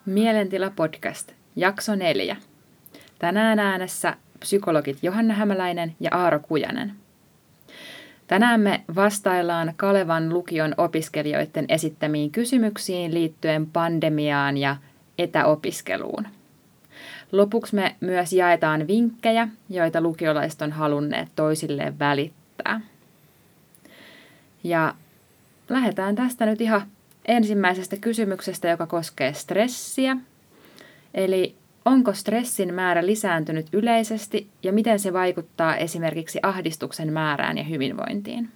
Mielentila podcast, jakso 4. Tänään äänessä psykologit Johanna Hämäläinen ja Aaro Kujanen. Tänään me vastaillaan Kalevan lukion opiskelijoiden esittämiin kysymyksiin liittyen pandemiaan ja etäopiskeluun. Lopuksi me myös jaetaan vinkkejä, joita lukiolaiset on halunneet toisilleen välittää. Ja lähdetään tästä nyt ihan ensimmäisestä kysymyksestä, joka koskee stressiä. Eli onko stressin määrä lisääntynyt yleisesti ja miten se vaikuttaa esimerkiksi ahdistuksen määrään ja hyvinvointiin?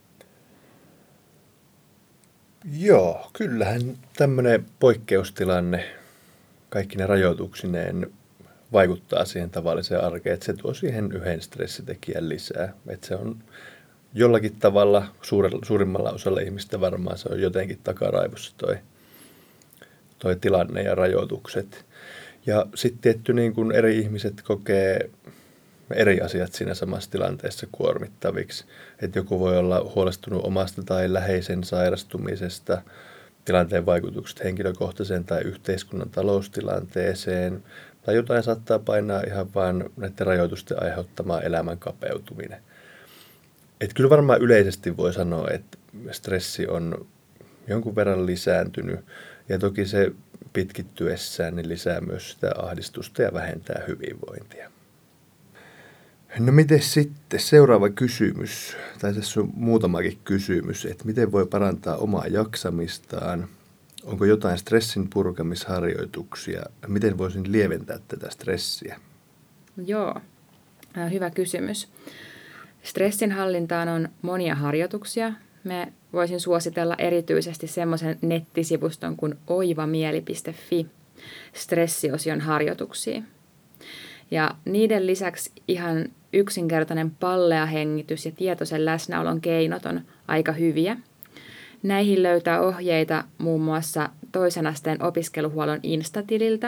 Joo, kyllähän tämmöinen poikkeustilanne kaikki ne rajoituksineen vaikuttaa siihen tavalliseen arkeen, että se tuo siihen yhden stressitekijän lisää. Että se on jollakin tavalla suurimmalla osalla ihmistä varmaan se on jotenkin takaraivossa toi tilanne ja rajoitukset. Ja sitten tietty niin kun eri ihmiset kokee eri asiat siinä samassa tilanteessa kuormittaviksi. Että joku voi olla huolestunut omasta tai läheisen sairastumisesta, tilanteen vaikutukset henkilökohtaiseen tai yhteiskunnan taloustilanteeseen, tai jotain saattaa painaa ihan vaan näiden rajoitusten aiheuttamaa elämän kapeutuminen. Että kyllä varmaan yleisesti voi sanoa, että stressi on jonkun verran lisääntynyt, ja toki se pitkittyessään niin lisää myös sitä ahdistusta ja vähentää hyvinvointia. No miten sitten seuraava kysymys, tai tässä on muutamakin kysymys, että miten voi parantaa omaa jaksamistaan, onko jotain stressin purkamisharjoituksia, miten voisin lieventää tätä stressiä? Joo, hyvä kysymys. Stressin hallintaan on monia harjoituksia. Me voisin suositella erityisesti semmoisen nettisivuston kuin oivamieli.fi stressiosion harjoituksia. Ja niiden lisäksi ihan yksinkertainen pallea hengitys ja tietoisen läsnäolon keinot on aika hyviä. Näihin löytää ohjeita muun muassa toisen asteen opiskeluhuollon Instatililtä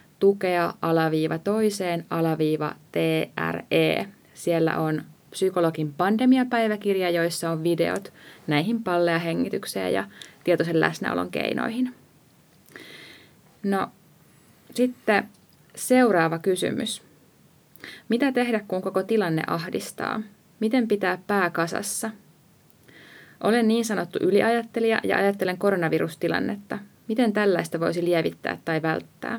tukea-toiseen-TRE. Siellä on psykologin pandemiapäiväkirja, joissa on videot näihin pallea hengitykseen ja tietoisen läsnäolon keinoihin. No sitten seuraava kysymys. Mitä tehdä, kun koko tilanne ahdistaa? Miten pitää pää kasassa? Olen niin sanottu yliajattelija ja ajattelen koronavirustilannetta. Miten tällaista voisi lievittää tai välttää?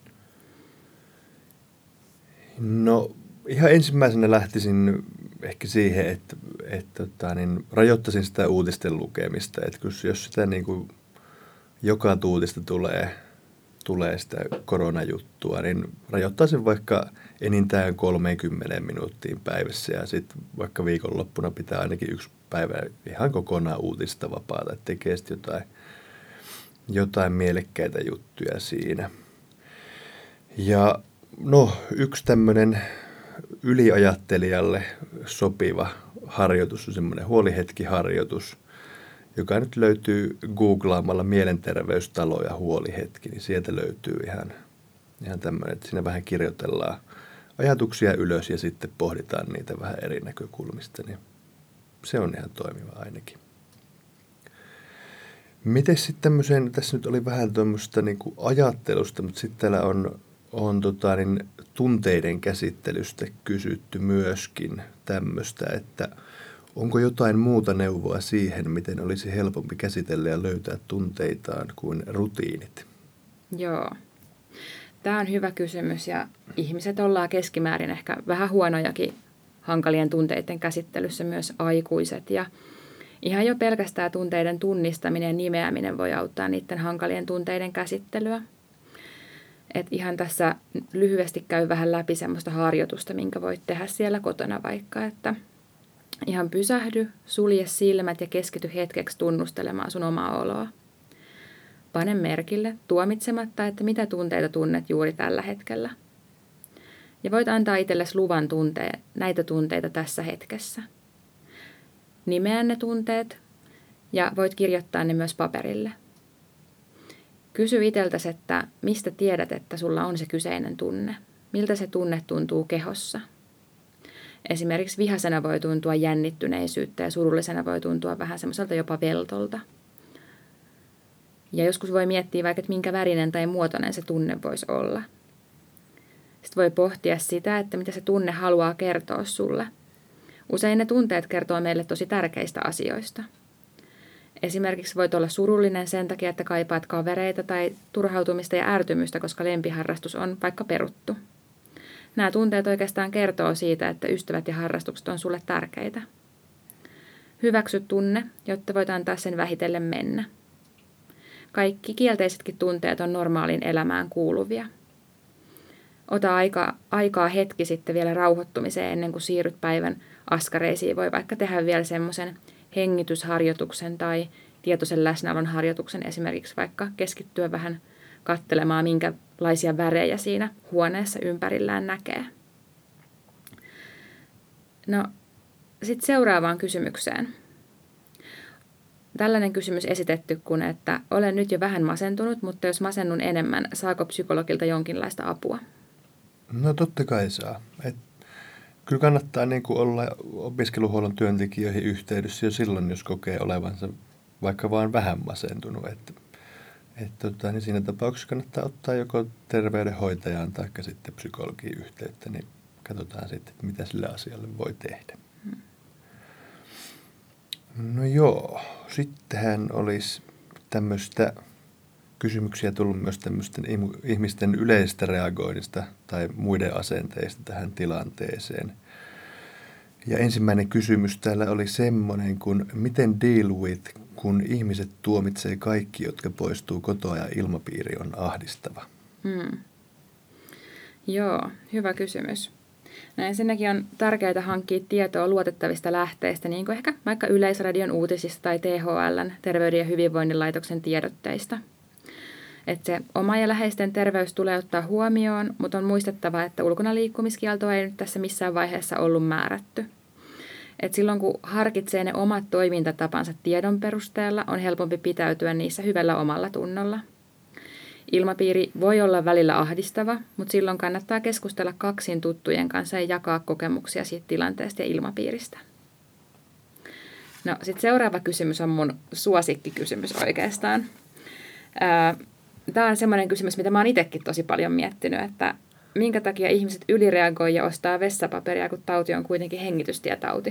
No ihan ensimmäisenä lähtisin ehkä siihen, että rajoittaisin sitä uutisten lukemista. Että jos sitä niin kuin joka uutista tulee sitä koronajuttua, niin rajoittaisin vaikka enintään 30 minuuttiin päivässä ja sitten vaikka viikonloppuna pitää ainakin yksi päivä ihan kokonaan uutista vapaata, että tekee sitten jotain mielekkäitä juttuja siinä. Ja no yksi tämmöinen yliajattelijalle sopiva harjoitus on semmoinen huolihetkiharjoitus, joka nyt löytyy googlaamalla mielenterveystalo ja huolihetki, niin sieltä löytyy ihan tämmöinen, että siinä vähän kirjoitellaan ajatuksia ylös ja sitten pohditaan niitä vähän eri näkökulmista, niin se on ihan toimiva ainakin. Miten sitten tämmöisen, tässä nyt oli vähän tuommoista niin kuin ajattelusta, mutta sitten täällä on tunteiden käsittelystä kysytty myöskin tämmöistä, että onko jotain muuta neuvoa siihen, miten olisi helpompi käsitellä ja löytää tunteitaan kuin rutiinit? Joo. Tämä on hyvä kysymys ja ihmiset ollaan keskimäärin ehkä vähän huonojakin hankalien tunteiden käsittelyssä, myös aikuiset. Ja ihan jo pelkästään tunteiden tunnistaminen ja nimeäminen voi auttaa niiden hankalien tunteiden käsittelyä. Et ihan tässä lyhyesti käy vähän läpi semmoista harjoitusta, minkä voit tehdä siellä kotona vaikka, että ihan pysähdy, sulje silmät ja keskity hetkeksi tunnustelemaan sun omaa oloa. Pane merkille tuomitsematta, että mitä tunteita tunnet juuri tällä hetkellä. Ja voit antaa itsellesi luvan tuntea näitä tunteita tässä hetkessä. Nimeä ne tunteet ja voit kirjoittaa ne myös paperille. Kysy itseltäsi, että mistä tiedät, että sulla on se kyseinen tunne. Miltä se tunne tuntuu kehossa. Esimerkiksi vihasena voi tuntua jännittyneisyyttä ja surullisena voi tuntua vähän semmoiselta jopa veltolta. Ja joskus voi miettiä vaikka, että minkä värinen tai muotoinen se tunne voisi olla. Sitten voi pohtia sitä, että mitä se tunne haluaa kertoa sulle. Usein ne tunteet kertoo meille tosi tärkeistä asioista. Esimerkiksi voit olla surullinen sen takia, että kaipaat kavereita tai turhautumista ja ärtymystä, koska lempiharrastus on vaikka peruttu. Nämä tunteet oikeastaan kertoo siitä, että ystävät ja harrastukset on sulle tärkeitä. Hyväksy tunne, jotta voit antaa sen vähitellen mennä. Kaikki kielteisetkin tunteet on normaaliin elämään kuuluvia. Ota aikaa hetki sitten vielä rauhoittumiseen ennen kuin siirryt päivän askareisiin. Voi vaikka tehdä vielä semmoisen hengitysharjoituksen tai tietoisen läsnäolon harjoituksen, esimerkiksi vaikka keskittyä vähän katselemaan, minkälaisia värejä siinä huoneessa ympärillään näkee. No, sitten seuraavaan kysymykseen. Tällainen kysymys esitetty, kun että olen nyt jo vähän masentunut, mutta jos masennun enemmän, saako psykologilta jonkinlaista apua? No totta kai saa. Kyllä kannattaa niin kuin olla opiskeluhuollon työntekijöihin yhteydessä jo silloin, jos kokee olevansa vaikka vaan vähän masentunut. Niin siinä tapauksessa kannattaa ottaa joko terveydenhoitajaan tai sitten psykologiin yhteyttä, niin katsotaan sitten, että mitä sille asialle voi tehdä. No joo, sittenhän olisi tämmöistä kysymyksiä tullut myös tämmöisten ihmisten yleisestä reagoinnista tai muiden asenteista tähän tilanteeseen. Ja ensimmäinen kysymys täällä oli semmoinen kuin, miten deal with, kun ihmiset tuomitsee kaikki, jotka poistuu kotoa ja ilmapiiri on ahdistava? Joo, hyvä kysymys. No ensinnäkin on tärkeää hankkia tietoa luotettavista lähteistä, niin kuin ehkä vaikka Yleisradion uutisista tai THL:n Terveyden ja hyvinvoinnin laitoksen tiedotteista. Että se oma ja läheisten terveys tulee ottaa huomioon, mutta on muistettava, että ulkona liikkumiskieltoa ei nyt tässä missään vaiheessa ollut määrätty. Et silloin kun harkitsee ne omat toimintatapansa tiedon perusteella, on helpompi pitäytyä niissä hyvällä omalla tunnolla. Ilmapiiri voi olla välillä ahdistava, mutta silloin kannattaa keskustella kaksin tuttujen kanssa ja jakaa kokemuksia siitä tilanteesta ja ilmapiiristä. No sitten seuraava kysymys on mun suosikkikysymys oikeastaan. Tämä on semmoinen kysymys, mitä mä oon itsekin tosi paljon miettinyt, että minkä takia ihmiset ylireagoi ja ostaa vessapaperia, kun tauti on kuitenkin hengitystietauti?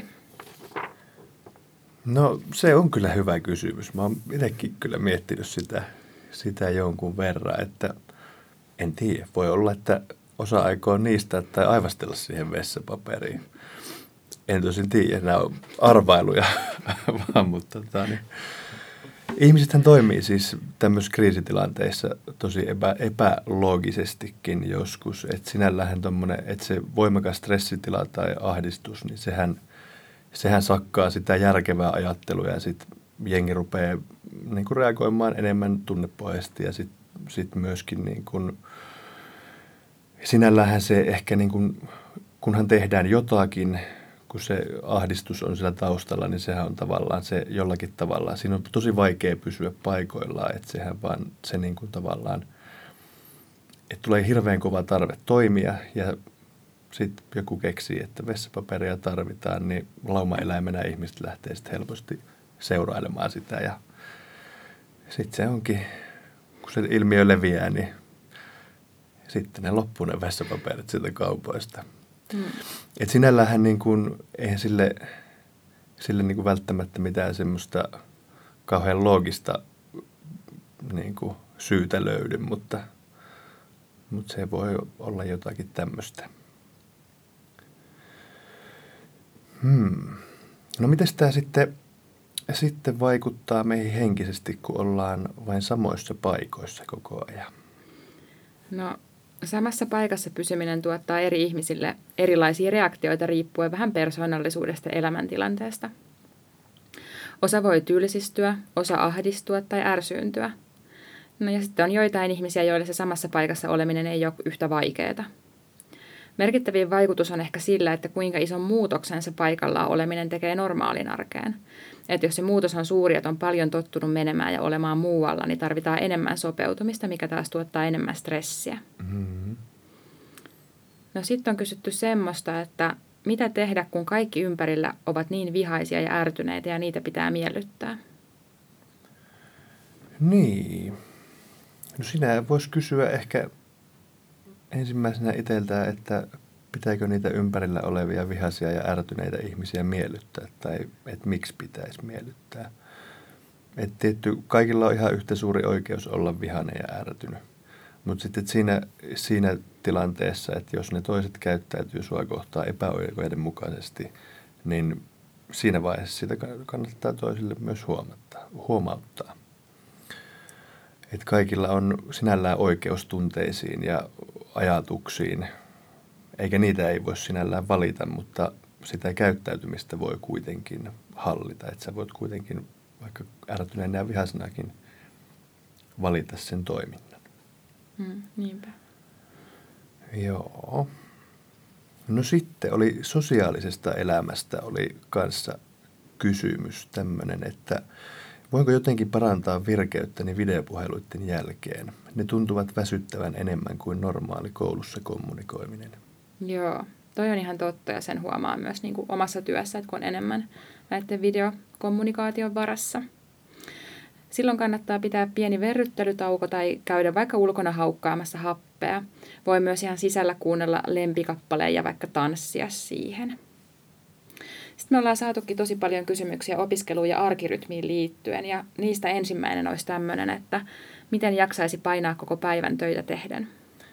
No se on kyllä hyvä kysymys. Mä oon itsekin kyllä miettinyt sitä jonkun verran, että en tiedä. Voi olla, että osa aikoo niistä tai aivastella siihen vessapaperiin. En tosin tiedä, nämä on arvailuja vaan, mutta ihmisethän toimii siis tämmöisissä kriisitilanteissa tosi epäloogisestikin joskus. Että sinällähän tommoinen, että se voimakas stressitila tai ahdistus, niin sehän sakkaa sitä järkevää ajattelua ja sitten jengi rupeaa niin kuin reagoimaan enemmän tunnepohjaisesti ja sit myöskin niin kuin, sinällähän se ehkä niin kuin, kunhan tehdään jotakin, kun se ahdistus on siellä taustalla, niin sehän on tavallaan se jollakin tavalla. Siinä on tosi vaikea pysyä paikoillaan, että sehän vaan se niin kuin tavallaan, että tulee hirveän kova tarve toimia ja sitten joku keksii, että vessapaperia tarvitaan, niin laumaeläimenä ihmiset lähtee sitten helposti seurailemaan sitä ja sitten se onkin, kun se ilmiö leviää, niin sitten ne loppuu ne vessapaperit sieltä kaupoista. Et sinällähän niin kun, eihän sille niin kun välttämättä mitään semmoista kauhean loogista niin kun syytä löydy, mutta se voi olla jotakin tämmöistä. No mites tämä sitten vaikuttaa meihin henkisesti, kun ollaan vain samoissa paikoissa koko ajan? No samassa paikassa pysyminen tuottaa eri ihmisille erilaisia reaktioita riippuen vähän persoonallisuudesta ja elämäntilanteesta. Osa voi tylsistyä, osa ahdistua tai ärsyyntyä. No ja sitten on joitain ihmisiä, joille se samassa paikassa oleminen ei ole yhtä vaikeaa. Merkittävin vaikutus on ehkä sillä, että kuinka ison muutoksen se paikallaan oleminen tekee normaalin arkeen. Että jos se muutos on suuri, että on paljon tottunut menemään ja olemaan muualla, niin tarvitaan enemmän sopeutumista, mikä taas tuottaa enemmän stressiä. Mm-hmm. No sitten on kysytty semmoista, että mitä tehdä, kun kaikki ympärillä ovat niin vihaisia ja ärtyneitä ja niitä pitää miellyttää? Niin. No sinä vois kysyä ehkä ensimmäisenä itseltään, että pitääkö niitä ympärillä olevia vihaisia ja ärtyneitä ihmisiä miellyttää tai että miksi pitäisi miellyttää. Että tietty, kaikilla on ihan yhtä suuri oikeus olla vihainen ja ärtynyt. Mutta sitten siinä tilanteessa, että jos ne toiset käyttäytyy sua kohtaan epäoikeudenmukaisesti, niin siinä vaiheessa sitä kannattaa toisille myös huomauttaa. Että kaikilla on sinällään oikeus tunteisiin ja ajatuksiin, eikä niitä ei voi sinällään valita, mutta sitä käyttäytymistä voi kuitenkin hallita. Että sä voit kuitenkin vaikka ärtyneenä ja vihaisenakin valita sen toiminnan. Niinpä. Joo. No sitten oli sosiaalisesta elämästä oli kanssa kysymys tämmöinen, että voinko jotenkin parantaa virkeyttäni videopuheluiden jälkeen? Ne tuntuvat väsyttävän enemmän kuin normaali koulussa kommunikoiminen. Joo, toi on ihan totta ja sen huomaa myös niin kuin omassa työssä, että kun on enemmän näiden videokommunikaation varassa. Silloin kannattaa pitää pieni verryttelytauko tai käydä vaikka ulkona haukkaamassa happea. Voi myös ihan sisällä kuunnella lempikappaleen ja vaikka tanssia siihen. Sitten me ollaan saatukin tosi paljon kysymyksiä opiskeluun ja arkirytmiin liittyen ja niistä ensimmäinen olisi tämmöinen, että miten jaksaisi painaa koko päivän töitä tehden?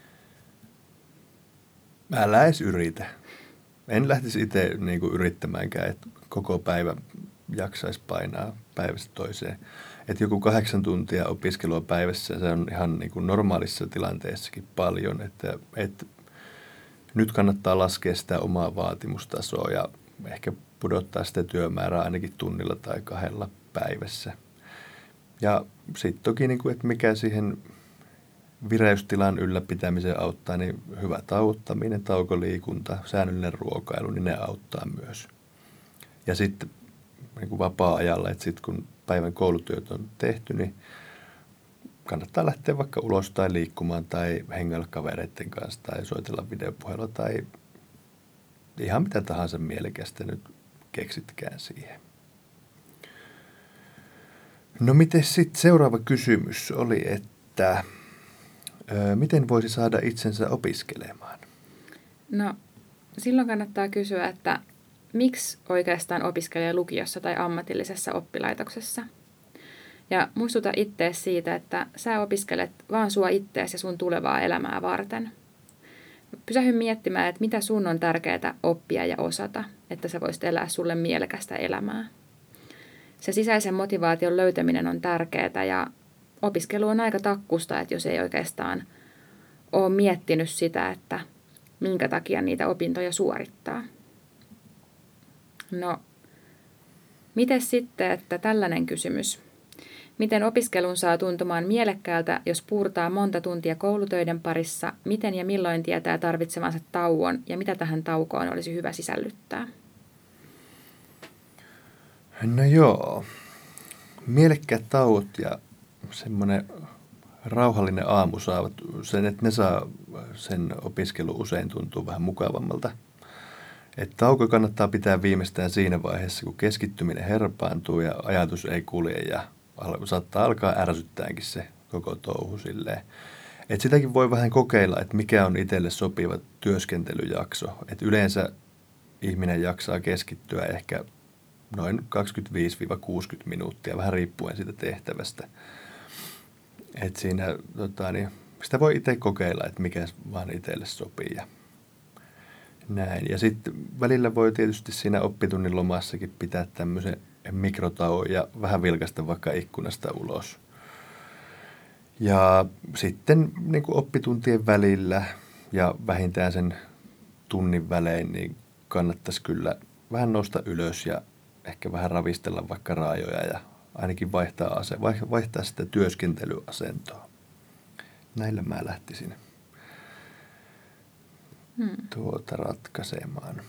Älä edes yritä. En lähtisi itse yrittämäänkään, että koko päivä jaksaisi painaa päivästä toiseen. Että joku 8 tuntia opiskelua päivässä, se on ihan niin kuin normaalissa tilanteessakin paljon. Että nyt kannattaa laskea sitä omaa vaatimustasoa ja ehkä pudottaa sitä työmäärää ainakin tunnilla tai 2 päivässä. Ja sitten toki, että mikä siihen vireystilan ylläpitämiseen auttaa, niin hyvä tauottaminen, taukoliikunta, säännöllinen ruokailu, niin ne auttaa myös. Ja sitten niin vapaa-ajalla, että sitten kun päivän koulutyöt on tehty, niin kannattaa lähteä vaikka ulos tai liikkumaan tai hengailla kavereiden kanssa tai soitella videopuhelua tai ihan mitä tahansa mielekästä nyt keksitkään siihen. No miten sitten seuraava kysymys oli, että miten voisi saada itsensä opiskelemaan? No silloin kannattaa kysyä, että miksi oikeastaan opiskelee lukiossa tai ammatillisessa oppilaitoksessa? Ja muistuta ittees siitä, että sä opiskelet vaan sua ittees ja sun tulevaa elämää varten. Pysähy miettimään, että mitä sun on tärkeää oppia ja osata, että sä voisit elää sulle mielekästä elämää. Se sisäisen motivaation löytäminen on tärkeää ja opiskelu on aika takkusta, että jos ei oikeastaan ole miettinyt sitä, että minkä takia niitä opintoja suorittaa. No, miten sitten, että tällainen kysymys? Miten opiskelun saa tuntumaan mielekkäältä, jos puurtaa monta tuntia koulutöiden parissa? Miten ja milloin tietää tarvitsevansa tauon ja mitä tähän taukoon olisi hyvä sisällyttää? No joo, mielekkäät tauot ja semmoinen rauhallinen aamu saavat sen, että ne saa sen opiskelu usein tuntuu vähän mukavammalta. Että tauko kannattaa pitää viimeistään siinä vaiheessa, kun keskittyminen herpaantuu ja ajatus ei kulje ja saattaa alkaa ärsyttäänkin se koko touhu silleen. Että sitäkin voi vähän kokeilla, että mikä on itselle sopiva työskentelyjakso. Että yleensä ihminen jaksaa keskittyä ehkä noin 25-60 minuuttia, vähän riippuen siitä tehtävästä. Että siinä sitä voi itse kokeilla, että mikä vaan itselle sopii ja näin. Ja sitten välillä voi tietysti siinä oppitunnin lomassakin pitää tämmöisen mikrotauon ja vähän vilkaista vaikka ikkunasta ulos. Ja sitten niin kuin oppituntien välillä ja vähintään sen tunnin välein, niin kannattaisi kyllä vähän nousta ylös ja ehkä vähän ravistella vaikka raajoja ja ainakin vaihtaa sitä työskentelyasentoa. Näillä mä lähtisin ratkaisemaan.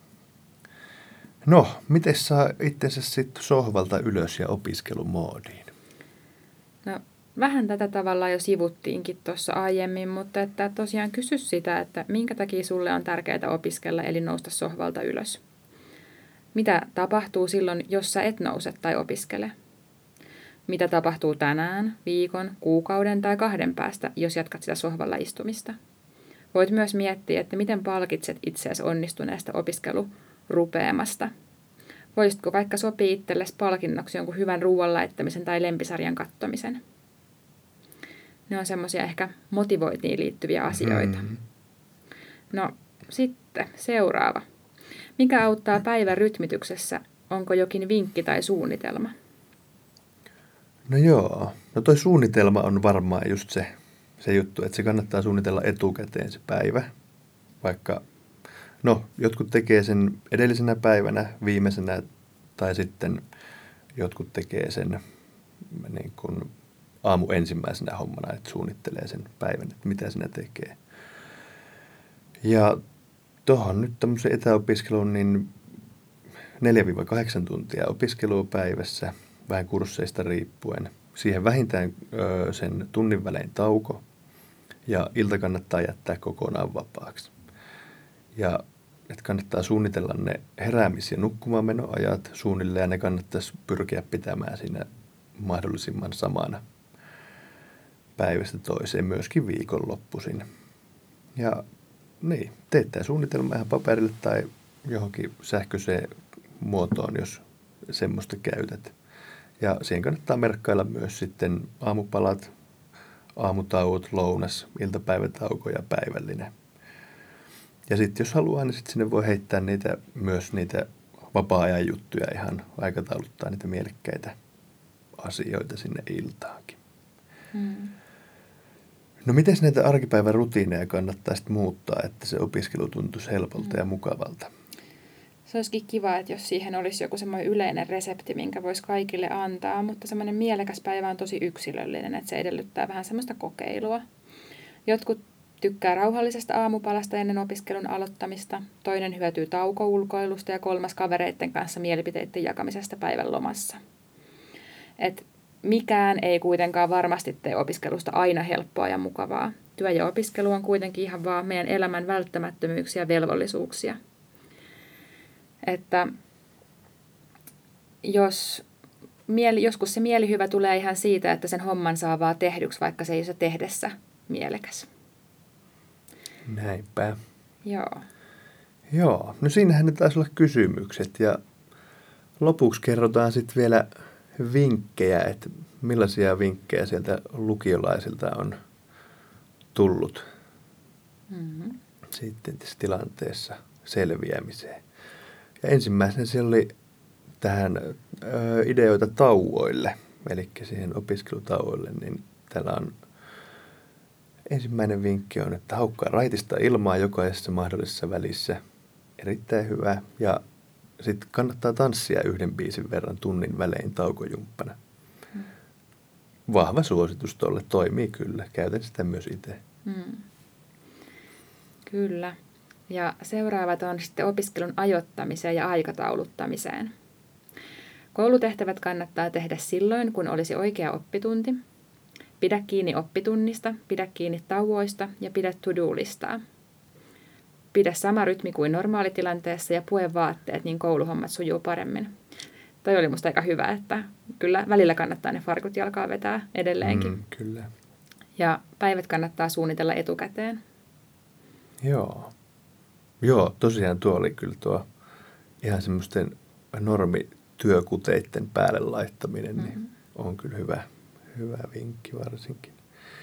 No, miten saa itsensä sitten sohvalta ylös ja opiskelumoodiin? No, vähän tätä tavallaan jo sivuttiinkin tuossa aiemmin, mutta että tosiaan kysy sitä, että minkä takia sulle on tärkeää opiskella, eli nousta sohvalta ylös. Mitä tapahtuu silloin, jos sä et nouse tai opiskele? mitä tapahtuu tänään, viikon, kuukauden tai 2 päästä, jos jatkat sitä sohvalla istumista. Voit myös miettiä, että miten palkitset itseäsi onnistuneesta opiskelurupeamasta. Voisitko vaikka sopia itsellesi palkinnoksi jonkun hyvän ruoan laittamisen tai lempisarjan kattomisen? Ne on semmoisia ehkä motivointiin liittyviä asioita. No sitten seuraava. Mikä auttaa päivän rytmityksessä? Onko jokin vinkki tai suunnitelma? No joo. No toi suunnitelma on varmaan just se juttu, että se kannattaa suunnitella etukäteen se päivä. Vaikka, no jotkut tekee sen edellisenä päivänä, viimeisenä, tai sitten jotkut tekee sen niin kuin aamu ensimmäisenä hommana, että suunnittelee sen päivän, että mitä sinä tekee. Ja tuohon nyt tämmöisen etäopiskeluun, niin 4-8 tuntia opiskelua päivässä, vähän kursseista riippuen. Siihen vähintään sen tunnin välein tauko ja ilta kannattaa jättää kokonaan vapaaksi. Ja että kannattaa suunnitella ne heräämis- ja nukkumaanmenoajat suunnilleen ja ne kannattaisi pyrkiä pitämään siinä mahdollisimman samana päivästä toiseen, myöskin viikonloppuisin. Ja niin, teet tämä suunnitelma ihan paperille tai johonkin sähköiseen muotoon, jos semmoista käytät. Ja siihen kannattaa merkkailla myös sitten aamupalat, aamutauot, lounas, iltapäivätauko ja päivällinen. Ja sitten jos haluaa, niin sitten sinne voi heittää myös niitä vapaa-ajan juttuja ihan aikatauluttaa niitä mielekkäitä asioita sinne iltaankin. No miten näitä arkipäivän rutiineja kannattaa sitten muuttaa, että se opiskelu tuntuisi helpolta ja mukavalta? Se olisikin kiva, että jos siihen olisi joku semmoinen yleinen resepti, minkä voisi kaikille antaa, mutta semmoinen mielekäs päivä on tosi yksilöllinen, että se edellyttää vähän semmoista kokeilua. Jotkut tykkää rauhallisesta aamupalasta ennen opiskelun aloittamista, toinen hyötyy taukoulkoilusta ja 3. kavereiden kanssa mielipiteiden jakamisesta päivän lomassa. Et mikään ei kuitenkaan varmasti tee opiskelusta aina helppoa ja mukavaa. Työ ja opiskelu on kuitenkin ihan vaan meidän elämän välttämättömyyksiä ja velvollisuuksia. Että joskus se mielihyvä tulee ihan siitä, että sen homman saa vaan tehdyksi, vaikka se ei ole se tehdessä mielekäs. Näinpä. Joo. No siinähän ne taisi olla kysymykset ja lopuksi kerrotaan sitten vielä vinkkejä, että millaisia vinkkejä sieltä lukiolaisilta on tullut sitten tässä tilanteessa selviämiseen. Ja ensimmäisenä siellä oli tähän ideoita tauoille, eli siihen opiskelutauoille, niin täällä on ensimmäinen vinkki on, että haukkaa raitista ilmaa jokaisessa mahdollisessa välissä. Erittäin hyvä. Ja sitten kannattaa tanssia 1 biisin verran tunnin välein taukojumppana. Vahva suositus tuolle, toimii kyllä. Käytän sitä myös itse. Kyllä. Ja seuraavat on sitten opiskelun ajoittamiseen ja aikatauluttamiseen. Koulutehtävät kannattaa tehdä silloin, kun olisi oikea oppitunti. Pidä kiinni oppitunnista, pidä kiinni tauoista ja pidä to-do-listaa. Pidä sama rytmi kuin normaalitilanteessa ja pue vaatteet, niin kouluhommat sujuu paremmin. Toi oli musta aika hyvä, että kyllä välillä kannattaa ne farkut jalkaa vetää edelleenkin. Kyllä. Ja päivät kannattaa suunnitella etukäteen. Joo, tosiaan tuo oli kyllä tuo ihan semmoisten normityökuteiden päälle laittaminen, niin on kyllä hyvä vinkki varsinkin.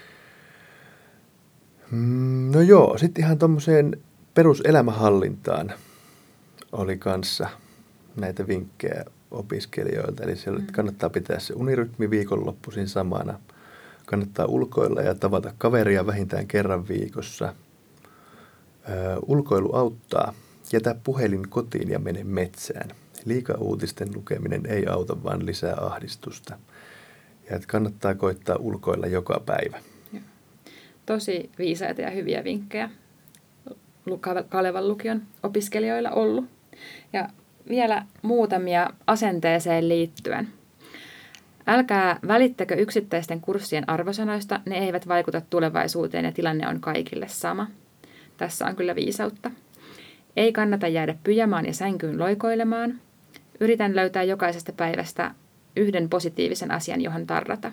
No joo, sitten ihan tommoseen peruselämänhallintaan oli kanssa näitä vinkkejä opiskelijoilta. Eli siellä kannattaa pitää se unirytmi viikonloppuisin samana. Kannattaa ulkoilla ja tavata kaveria vähintään kerran viikossa. Ulkoilu auttaa. Jätä puhelin kotiin ja mene metsään. Liikauutisten lukeminen ei auta, vaan lisää ahdistusta. Ja että kannattaa koittaa ulkoilla joka päivä. Tosi viisaita ja hyviä vinkkejä Kalevan lukion opiskelijoilla ollut. Ja vielä muutamia asenteeseen liittyen. Älkää välittäkö yksittäisten kurssien arvosanoista, ne eivät vaikuta tulevaisuuteen ja tilanne on kaikille sama. Tässä on kyllä viisautta. Ei kannata jäädä pyjamaan ja sänkyyn loikoilemaan. Yritän löytää jokaisesta päivästä yhden positiivisen asian, johon tarrata.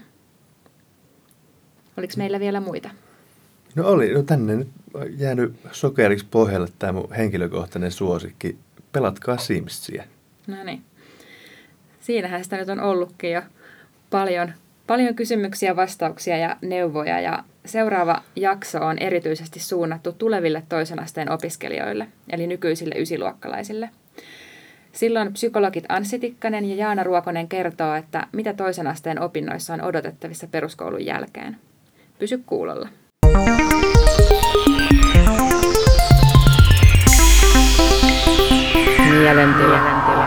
Oliko meillä vielä muita? No oli. No tänne nyt on jäänyt sokeriksi pohjalle tämä mun henkilökohtainen suosikki. Pelatkaa Simsia. No niin. Siinähän sitä nyt on ollutkin jo paljon kysymyksiä, vastauksia ja neuvoja. Ja seuraava jakso on erityisesti suunnattu tuleville toisen asteen opiskelijoille, eli nykyisille ysiluokkalaisille. Silloin psykologit Anssi Tikkanen ja Jaana Ruokonen kertoo, että mitä toisen asteen opinnoissa on odotettavissa peruskoulun jälkeen. Pysy kuulolla. Mielentila.